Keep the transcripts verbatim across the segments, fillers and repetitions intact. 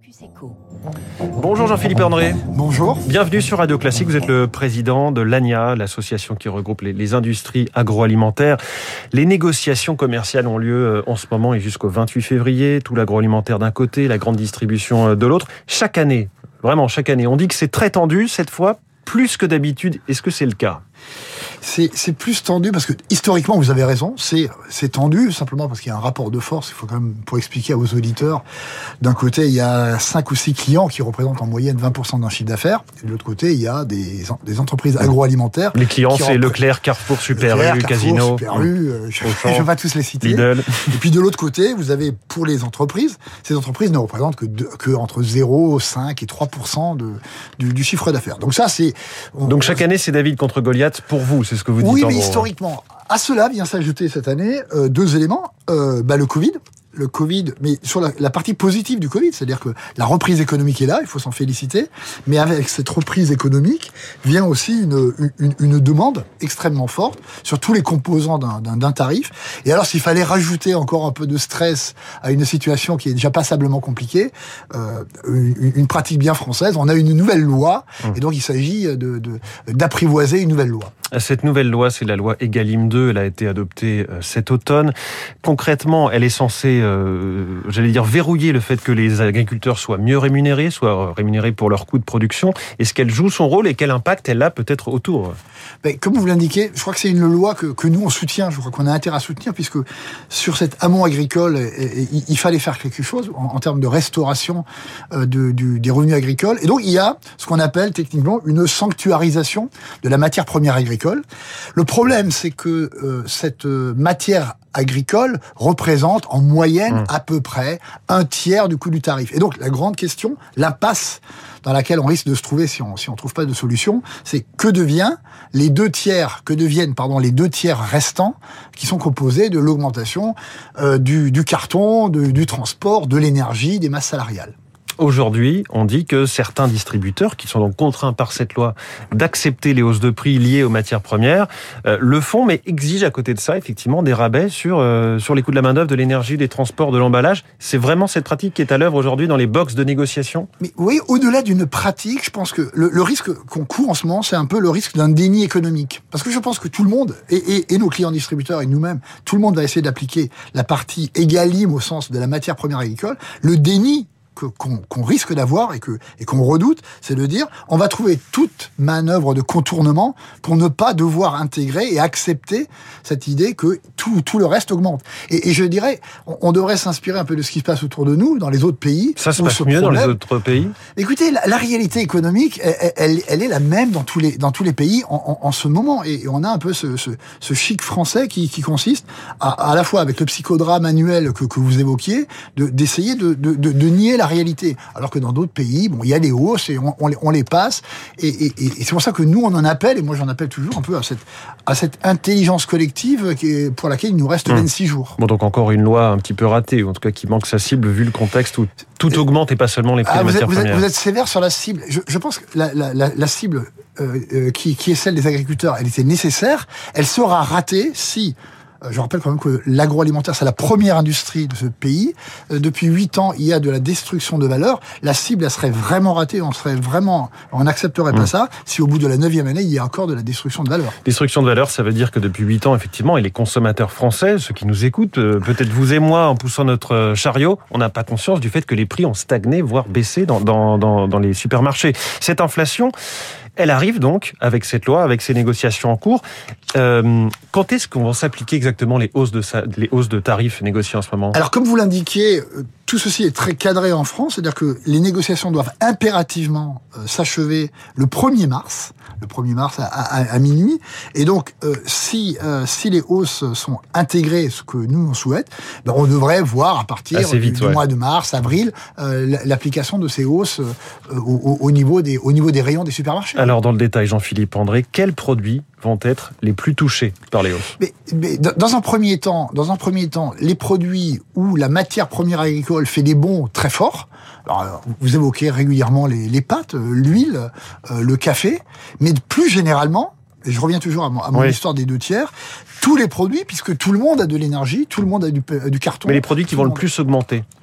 Campus Éco. Bonjour Jean-Philippe André. Bonjour. Bienvenue sur Radio Classique. Vous êtes le président de l'A N I A, l'association qui regroupe les, les industries agroalimentaires. Les négociations commerciales ont lieu en ce moment et jusqu'au vingt-huit février. Tout l'agroalimentaire d'un côté, la grande distribution de l'autre. Chaque année, vraiment chaque année, on dit que c'est très tendu cette fois, plus que d'habitude. Est-ce que c'est le cas ? C'est, c'est plus tendu parce que historiquement, vous avez raison, c'est, c'est tendu simplement parce qu'il y a un rapport de force. Il faut quand même, pour expliquer à vos auditeurs, d'un côté, il y a cinq ou six clients qui représentent en moyenne vingt pour cent d'un chiffre d'affaires. Et de l'autre côté, il y a des, des entreprises agroalimentaires. Les clients, c'est repré- Leclerc, Carrefour, Super Leclerc, U, Carrefour, Casino. Super U, euh, je ne vais pas tous les citer. Lidl. Et puis de l'autre côté, vous avez pour les entreprises, ces entreprises ne représentent que, de, que entre zéro virgule cinq et trois pour cent de, du, du chiffre d'affaires. Donc ça, c'est... On, Donc chaque année, c'est David contre Goliath pour vous, c'est ce que vous dites. Oui, en mais gros. historiquement, à cela vient s'ajouter cette année euh, deux éléments. Euh, bah, le Covid. Le Covid, mais sur la, la partie positive du Covid, c'est-à-dire que la reprise économique est là, il faut s'en féliciter, mais avec cette reprise économique vient aussi une, une, une demande extrêmement forte sur tous les composants d'un, d'un, d'un tarif. Et alors, s'il fallait rajouter encore un peu de stress à une situation qui est déjà passablement compliquée, euh, une, une pratique bien française, on a une nouvelle loi, mmh. et donc il s'agit de, de, d'apprivoiser une nouvelle loi. Cette nouvelle loi, c'est la loi Egalim deux, elle a été adoptée cet automne. Concrètement, elle est censée, euh, j'allais dire, verrouiller le fait que les agriculteurs soient mieux rémunérés, soient rémunérés pour leurs coûts de production. Est-ce qu'elle joue son rôle et quel impact elle a peut-être autour ? Ben, comme vous l'indiquez, je crois que c'est une loi que, que nous on soutient, je crois qu'on a intérêt à soutenir, puisque sur cet amont agricole, et, et, il fallait faire quelque chose en, en termes de restauration euh, de, du, des revenus agricoles. Et donc il y a ce qu'on appelle techniquement une sanctuarisation de la matière première agricole. Le problème, c'est que euh, cette euh, matière agricole représente en moyenne mmh. à peu près un tiers du coût du tarif. Et donc la grande question, l'impasse dans laquelle on risque de se trouver si on si on trouve pas de solution, c'est que devient les deux tiers, que deviennent pardon les deux tiers restants qui sont composés de l'augmentation euh, du, du carton, de, du transport, de l'énergie, des masses salariales. Aujourd'hui, on dit que certains distributeurs, qui sont donc contraints par cette loi d'accepter les hausses de prix liées aux matières premières, euh, le font, mais exigent à côté de ça, effectivement, des rabais sur, euh, sur les coûts de la main-d'œuvre, de l'énergie, des transports, de l'emballage. C'est vraiment cette pratique qui est à l'œuvre aujourd'hui dans les boxes de négociation ? Mais oui, au-delà d'une pratique, je pense que le, le risque qu'on court en ce moment, c'est un peu le risque d'un déni économique. Parce que je pense que tout le monde, et, et, et nos clients distributeurs et nous-mêmes, tout le monde va essayer d'appliquer la partie Egalim au sens de la matière première agricole. Le déni Qu'on, qu'on risque d'avoir et, que, et qu'on redoute, c'est de dire on va trouver toute manœuvre de contournement pour ne pas devoir intégrer et accepter cette idée que tout, tout le reste augmente. Et, et je dirais, on, on devrait s'inspirer un peu de ce qui se passe autour de nous, dans les autres pays. Ça se passe mieux problème, dans les autres pays ? Écoutez, la, la réalité économique, elle, elle, elle est la même dans tous les, dans tous les pays en, en, en ce moment. Et, et on a un peu ce, ce, ce chic français qui, qui consiste à, à la fois avec le psychodrame annuel que, que vous évoquiez, de, d'essayer de, de, de, de nier la réalité, alors que dans d'autres pays, bon, il y a des hausses et on, on, les, on les passe, et, et, et c'est pour ça que nous on en appelle, et moi j'en appelle toujours un peu à cette, à cette intelligence collective qui est, pour laquelle il nous reste mmh. vingt-six jours. Bon, donc encore une loi un petit peu ratée, ou en tout cas qui manque sa cible vu le contexte où tout euh, augmente et pas seulement les prix ah, des matières vous êtes, premières. Vous êtes sévère sur la cible. Je, je pense que la, la, la, la cible euh, euh, qui, qui est celle des agriculteurs, elle était nécessaire. Elle sera ratée si je rappelle quand même que l'agroalimentaire, c'est la première industrie de ce pays. Depuis huit ans, il y a de la destruction de valeur. La cible, elle serait vraiment ratée. On serait vraiment, on n'accepterait mmh. pas ça si au bout de la neuvième année, il y a encore de la destruction de valeur. Destruction de valeur, ça veut dire que depuis huit ans, effectivement, et les consommateurs français, ceux qui nous écoutent, peut-être vous et moi, en poussant notre chariot, on n'a pas conscience du fait que les prix ont stagné, voire baissé dans, dans, dans, dans les supermarchés. Cette inflation, elle arrive donc avec cette loi, avec ces négociations en cours. Euh, quand est-ce qu'on va s'appliquer exactement les hausses de, les hausses de tarifs négociées en ce moment ? Alors, comme vous l'indiquiez, tout ceci est très cadré en France, c'est-à-dire que les négociations doivent impérativement euh, s'achever le premier mars, le premier mars à, à, à minuit. Et donc, euh, si euh, si les hausses sont intégrées, ce que nous on souhaite, ben on devrait voir à partir vite, du, du ouais. mois de mars, avril, euh, l'application de ces hausses euh, au, au niveau des au niveau des rayons des supermarchés. Alors, dans le détail, Jean-Philippe André, quels produits vont être les plus touchés par les hausses ? Mais, mais dans un premier temps, dans un premier temps, les produits où la matière première agricole fait des bonds très forts. Alors, vous évoquez régulièrement les, les pâtes, l'huile, euh, le café, mais plus généralement, et je reviens toujours à mon, à mon oui. histoire des deux tiers, tous les produits, puisque tout le monde a de l'énergie, tout le monde a du, du carton. Mais les produits qui vont le plus augmenter ?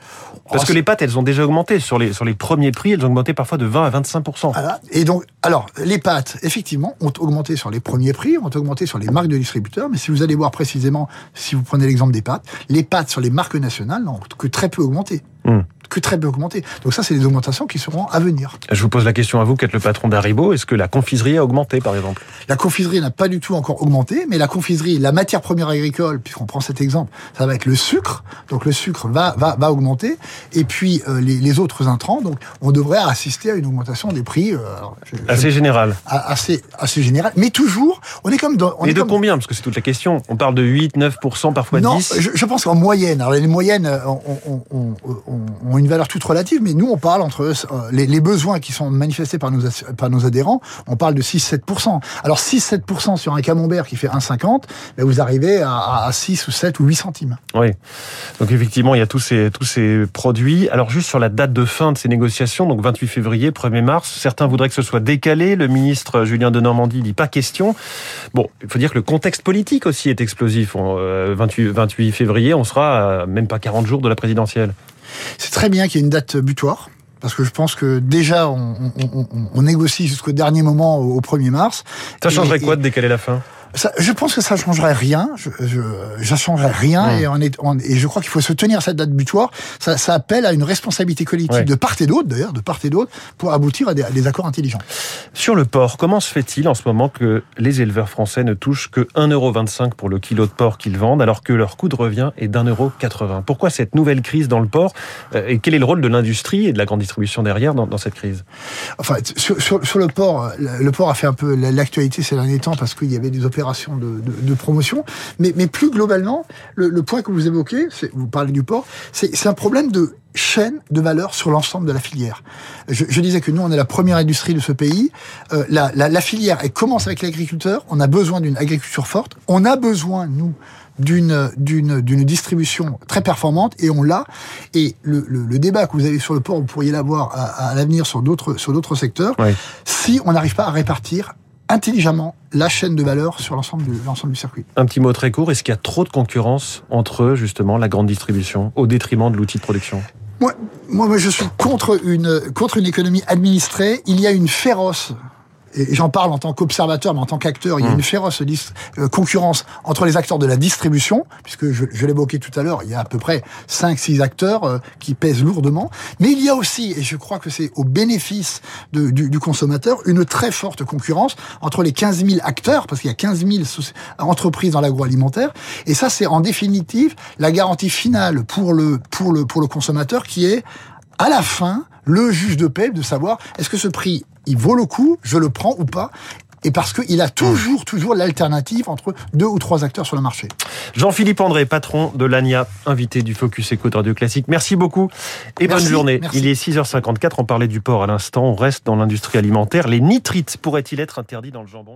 Parce oh, que les pâtes, elles ont déjà augmenté. Sur les, sur les premiers prix, elles ont augmenté parfois de vingt à vingt-cinq pour cent. Voilà. Et donc, alors, les pâtes, effectivement, ont augmenté sur les premiers prix, ont augmenté sur les marques de distributeurs, mais si vous allez voir précisément, si vous prenez l'exemple des pâtes, les pâtes sur les marques nationales n'ont que très peu augmenté. Mmh. que très peu augmenté. Donc ça, c'est des augmentations qui seront à venir. Je vous pose la question à vous, qui êtes le patron d'Haribo. Est-ce que la confiserie a augmenté, par exemple ? La confiserie n'a pas du tout encore augmenté, mais la confiserie, la matière première agricole, puisqu'on prend cet exemple, ça va être le sucre. Donc le sucre va va va augmenter. Et puis euh, les, les autres intrants. Donc on devrait assister à une augmentation des prix euh, je, assez générale. Assez assez générale. Mais toujours, on est comme dans. On Mais est de comme... combien ? Parce que c'est toute la question. On parle de huit, neuf pour cent, parfois non, dix. Je, je pense qu'en moyenne. Alors les moyennes ont, ont, ont, ont une valeur toute relative, mais nous on parle entre euh, les, les besoins qui sont manifestés par nos, par nos adhérents, on parle de six à sept pour cent. Alors six à sept pour cent sur un camembert qui fait un virgule cinquante, ben vous arrivez à, à six ou sept ou huit centimes. Oui. Donc effectivement, il y a tous ces, tous ces produits. Alors juste sur la date de fin de ces négociations, donc vingt-huit février, premier mars, certains voudraient que ce soit décalé. Le ministre Julien Denormandie dit pas question. Bon, il faut dire que le contexte politique aussi est explosif. On, euh, vingt-huit, vingt-huit février, on sera à même pas quarante jours de la présidentielle. C'est très bien qu'il y ait une date butoir, parce que je pense que déjà, on, on, on, on négocie jusqu'au dernier moment, au premier mars. Ça changerait et, quoi de décaler la fin ? Ça, je pense que ça changerait rien. Je, je, ça changerait rien. Mmh. Et, on est, on, et je crois qu'il faut se tenir à cette date butoir. Ça, ça appelle à une responsabilité collective ouais. de part et d'autre, d'ailleurs, de part et d'autre, pour aboutir à des, à des accords intelligents. Sur le porc, comment se fait-il en ce moment que les éleveurs français ne touchent que un euro vingt-cinq pour le kilo de porc qu'ils vendent, alors que leur coût de revient est d'un euro quatre-vingts ? Pourquoi cette nouvelle crise dans le porc ? Et quel est le rôle de l'industrie et de la grande distribution derrière dans, dans cette crise ? Enfin, sur, sur, sur le porc, le porc a fait un peu l'actualité ces derniers temps parce qu'il y avait des opérations de, de de promotion, mais, mais plus globalement, le, le point que vous évoquez, c'est, vous parlez du porc, c'est, c'est un problème de chaîne de valeur sur l'ensemble de la filière. Je, je disais que nous, on est la première industrie de ce pays. Euh, la, la, la filière, elle commence avec l'agriculteur. On a besoin d'une agriculture forte. On a besoin, nous, d'une d'une d'une distribution très performante, et on l'a. Et le, le, le débat que vous avez sur le porc, vous pourriez l'avoir à, à l'avenir sur d'autres sur d'autres secteurs. Oui. Si on n'arrive pas à répartir intelligemment la chaîne de valeur sur l'ensemble du, l'ensemble du circuit. Un petit mot très court, est-ce qu'il y a trop de concurrence entre, justement, la grande distribution, au détriment de l'outil de production ? Moi, moi, je suis contre une, contre une économie administrée. Il y a une féroce, et j'en parle en tant qu'observateur, mais en tant qu'acteur, il y a une féroce euh, concurrence entre les acteurs de la distribution, puisque je, je l'évoquais tout à l'heure, il y a à peu près cinq six acteurs euh, qui pèsent lourdement, mais il y a aussi, et je crois que c'est au bénéfice de, du, du consommateur, une très forte concurrence entre les quinze mille acteurs, parce qu'il y a quinze mille entreprises dans l'agroalimentaire, et ça c'est en définitive la garantie finale pour le, pour le, pour le consommateur, qui est à la fin le juge de paix de savoir est-ce que ce prix il vaut le coup, je le prends ou pas, et parce qu'il a toujours, toujours l'alternative entre deux ou trois acteurs sur le marché. Jean-Philippe André, patron de l'A N I A, invité du Focus Éco de Radio Classique. Merci beaucoup et merci, bonne journée. Merci. Il est six heures cinquante-quatre, on parlait du porc à l'instant, on reste dans l'industrie alimentaire. Les nitrites pourraient-ils être interdits dans le jambon ?